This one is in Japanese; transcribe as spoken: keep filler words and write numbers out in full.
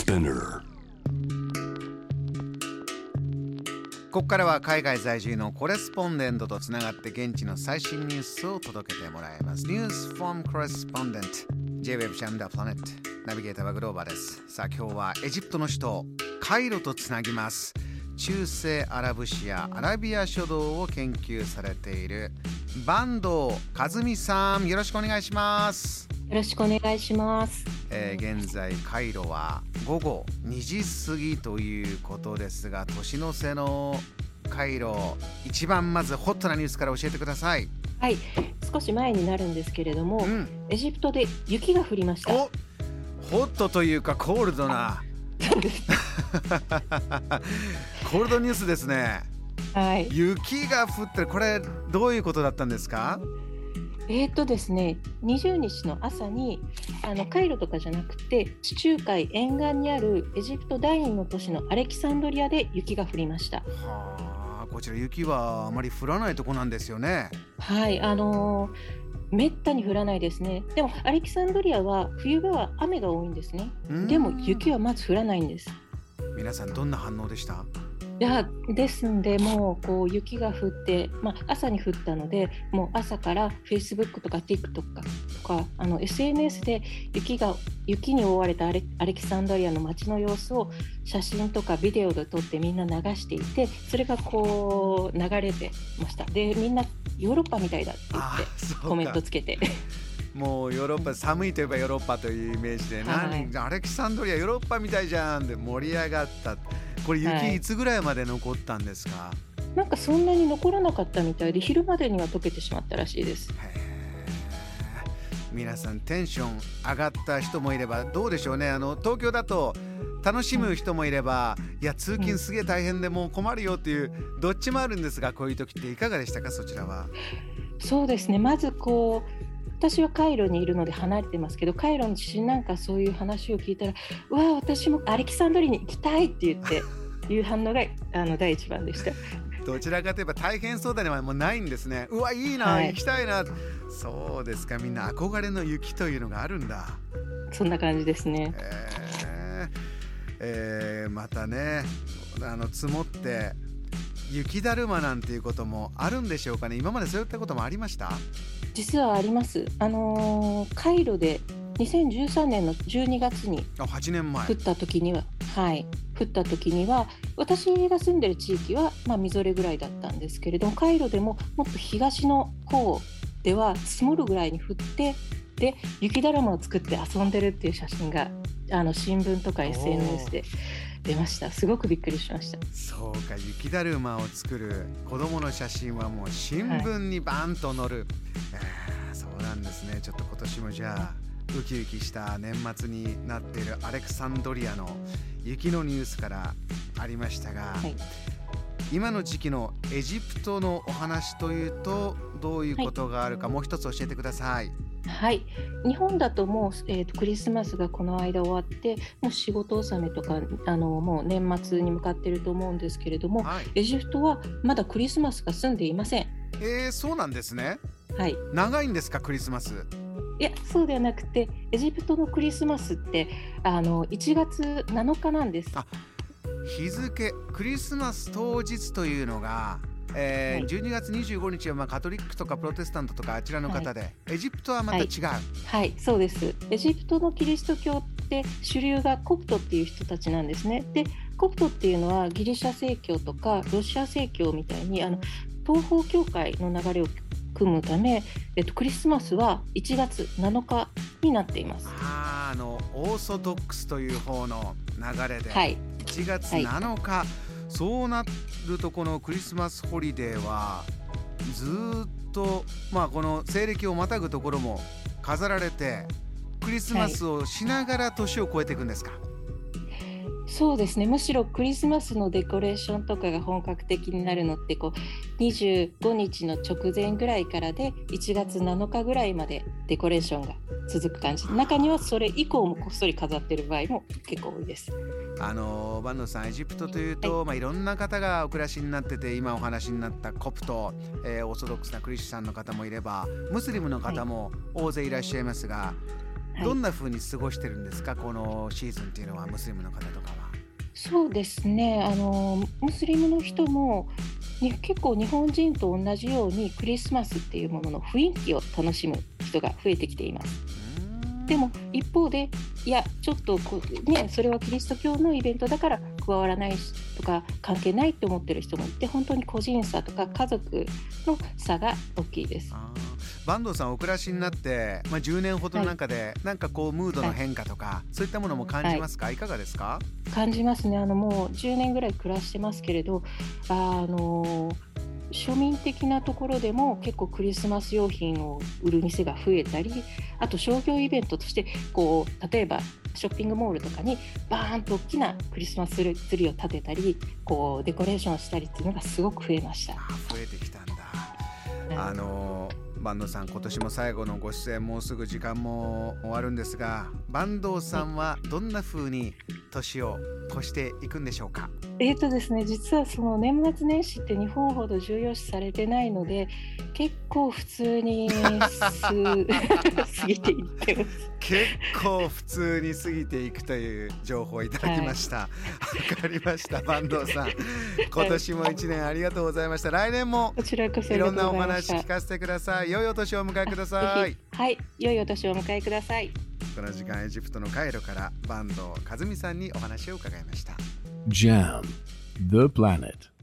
Spinner。 ここからは海外在住のコレスポンデントとつながって現地の最新ニュースを届けてもらいます。 News from Correspondent J-Web ジャムダプラネット、ナビゲーターはグローバーです。さあ今日はエジプトの首都カイロとつなぎます。中世アラブ史やアラビア諸島を研究されている坂東和美さん、よろしくお願いします。 よろしくお願いします。 えー、現在カイロはごごにじ過ぎということですが、年の瀬のカイロ、一番まずホットなニュースから教えてください。 はい、少し前になるんですけれども、うん、エジプトで雪が降りました。 お、ホットというかコールドなそうですコールドニュースですね。 はい、 雪が降ってる、これどういうことだったんですか？ えーとですね、にじゅうにちの朝にあのカイロとかじゃなくて地中海沿岸にあるエジプト第二の都市のアレキサンドリアで雪が降りました。 はあ、こちら雪はあまり降らないとこなんですよね。 はい、あのー、めったに降らないですね。でもアレキサンドリアは冬場は雨が多いんですね。でも雪はまず降らないんです。 皆さんどんな反応でした？ いやですんで、もうこう雪が降って、まあ、朝に降ったので、もう朝から Facebook とか TikTok とかあの エスエヌエス で雪が雪に覆われたアレ、アレキサンドリアの街の様子を写真とかビデオで撮ってみんな流していて、それがこう流れてました。でみんなヨーロッパみたいだって言ってコメントつけてもうヨーロッパ、寒いといえばヨーロッパというイメージで、はい、何アレキサンドリアヨーロッパみたいじゃんって盛り上がった。これ雪いつぐらいまで残ったんですか？はい、 なんかそんなに残らなかったみたいで、昼までには溶けてしまったらしいです。 皆さんテンション上がった人もいれば、どうでしょうね、あの東京だと楽しむ人もいれば、うん、いや通勤すげえ大変でもう困るよっていう、うん、どっちもあるんですが、こういう時っていかがでしたか、そちらは？ そうですね、まずこう私はカイロにいるので離れてますけど、カイロの知人なんかそういう話を聞いたら、うわ私もアレキサンドリアに行きたいって言っていう反応があの第一番でした。 どちらかといえば大変そうだねはもうないんですね。うわいいな、はい、行きたいな。そうですか、みんな憧れの雪というのがあるんだ。 そんな感じですね。 えーえー、またね、あの積もって雪だるまなんていうこともあるんでしょうかね。今までそういったこともありました？ 実はあります。あのー、カイロでにせんじゅうさんねんのじゅうにがつに降った時には、はい、降った時には私が住んでる地域は、まあ、みぞれぐらいだったんですけれども、カイロでももっと東の方では積もるぐらいに降って、で雪だるまを作って遊んでるっていう写真があの新聞とか エスエヌエス で出ました。すごくびっくりしました。 そうか、雪だるまを作る子供の写真はもう新聞にバーンと載る、はい、えー、そうなんですね。ちょっと今年もじゃあウキウキした年末になっているアレクサンドリアの雪のニュースからありましたが、はい、今の時期のエジプトのお話というとどういうことがあるか、はい、もう一つ教えてください。 はい、日本だともう、えーと、クリスマスがこの間終わって、もう仕事納めとかあのもう年末に向かっていると思うんですけれども、はい、エジプトはまだクリスマスが済んでいません。 えー、そうなんですね。 はい、長いんですかクリスマス？ いや、そうではなくて、エジプトのクリスマスってあのいちがつなのかなんです。 あ、日付、クリスマス当日というのが、えーはい、じゅうにがつにじゅうごにちはまあカトリックとかプロテスタントとかあちらの方で、はい、エジプトはまた違う。はい、 はい、そうです。エジプトのキリスト教って主流がコプトっていう人たちなんですね。で、コプトっていうのはギリシャ正教とかロシア正教みたいにあの東方教会の流れを組むため、えっと、クリスマスはいちがつなのかになっています。 あ、あのオーソドックスという方の流れで、 はい、 いちがつなのか、はい、そうなるとこのクリスマスホリデーはずっと、まあ、この西暦をまたぐところも飾られてクリスマスをしながら年を越えていくんですか？はい、 そうですね。むしろクリスマスのデコレーションとかが本格的になるのってこうにじゅうごにちの直前ぐらいからでいちがつなのかぐらいまでデコレーションが続く感じ。中にはそれ以降もこっそり飾ってる場合も結構多いです。 あの坂東さん、エジプトというと、はい、まあ、いろんな方がお暮らしになってて、今お話になったコプト、えー、オーソドックスなクリスチャンの方もいればムスリムの方も大勢いらっしゃいますが、ははい、どんな風に過ごしてるんですか、このシーズンっていうのは、ムスリムの方とかは。 そうですね、あのムスリムの人もに結構日本人と同じようにクリスマスっていうものの雰囲気を楽しむ人が増えてきています。でも一方で、いやちょっとこう、ね、それはキリスト教のイベントだから加わらないとか関係ないって思ってる人もいて、本当に個人差とか家族の差が大きいです。 あ、坂東さんお暮らしになって、まあ、じゅうねんほどの中で、はい、なんかこうムードの変化とか、はい、そういったものも感じますか、はい、いかがですか？ 感じますね。あのもうじゅうねんぐらい暮らしてますけれど、あの庶民的なところでも結構クリスマス用品を売る店が増えたり、あと商業イベントとしてこう例えばショッピングモールとかにバーンと大きなクリスマスツリーを立てたり、こうデコレーションしたりっていうのがすごく増えました。 あ、増えてきたんだ。うん、あの坂東さん、今年も最後のご出演、もうすぐ時間も終わるんですが、坂東さんはどんな風に年を越していくんでしょうか？ えーとですね、実はその年末年始って日本ほど重要視されてないので、結構普通に過ぎていってます。 結構普通に過ぎていくという情報をいただきました。わ、はい、かりました。坂東さん、今年もいちねんありがとうございました。来年もいろんなお話聞かせてください。良いお年をお迎えください。 はい、良いお年をお迎えください。 この時間、エジプトのカイロから坂東和美さんにお話を伺いました。 ジャム The Planet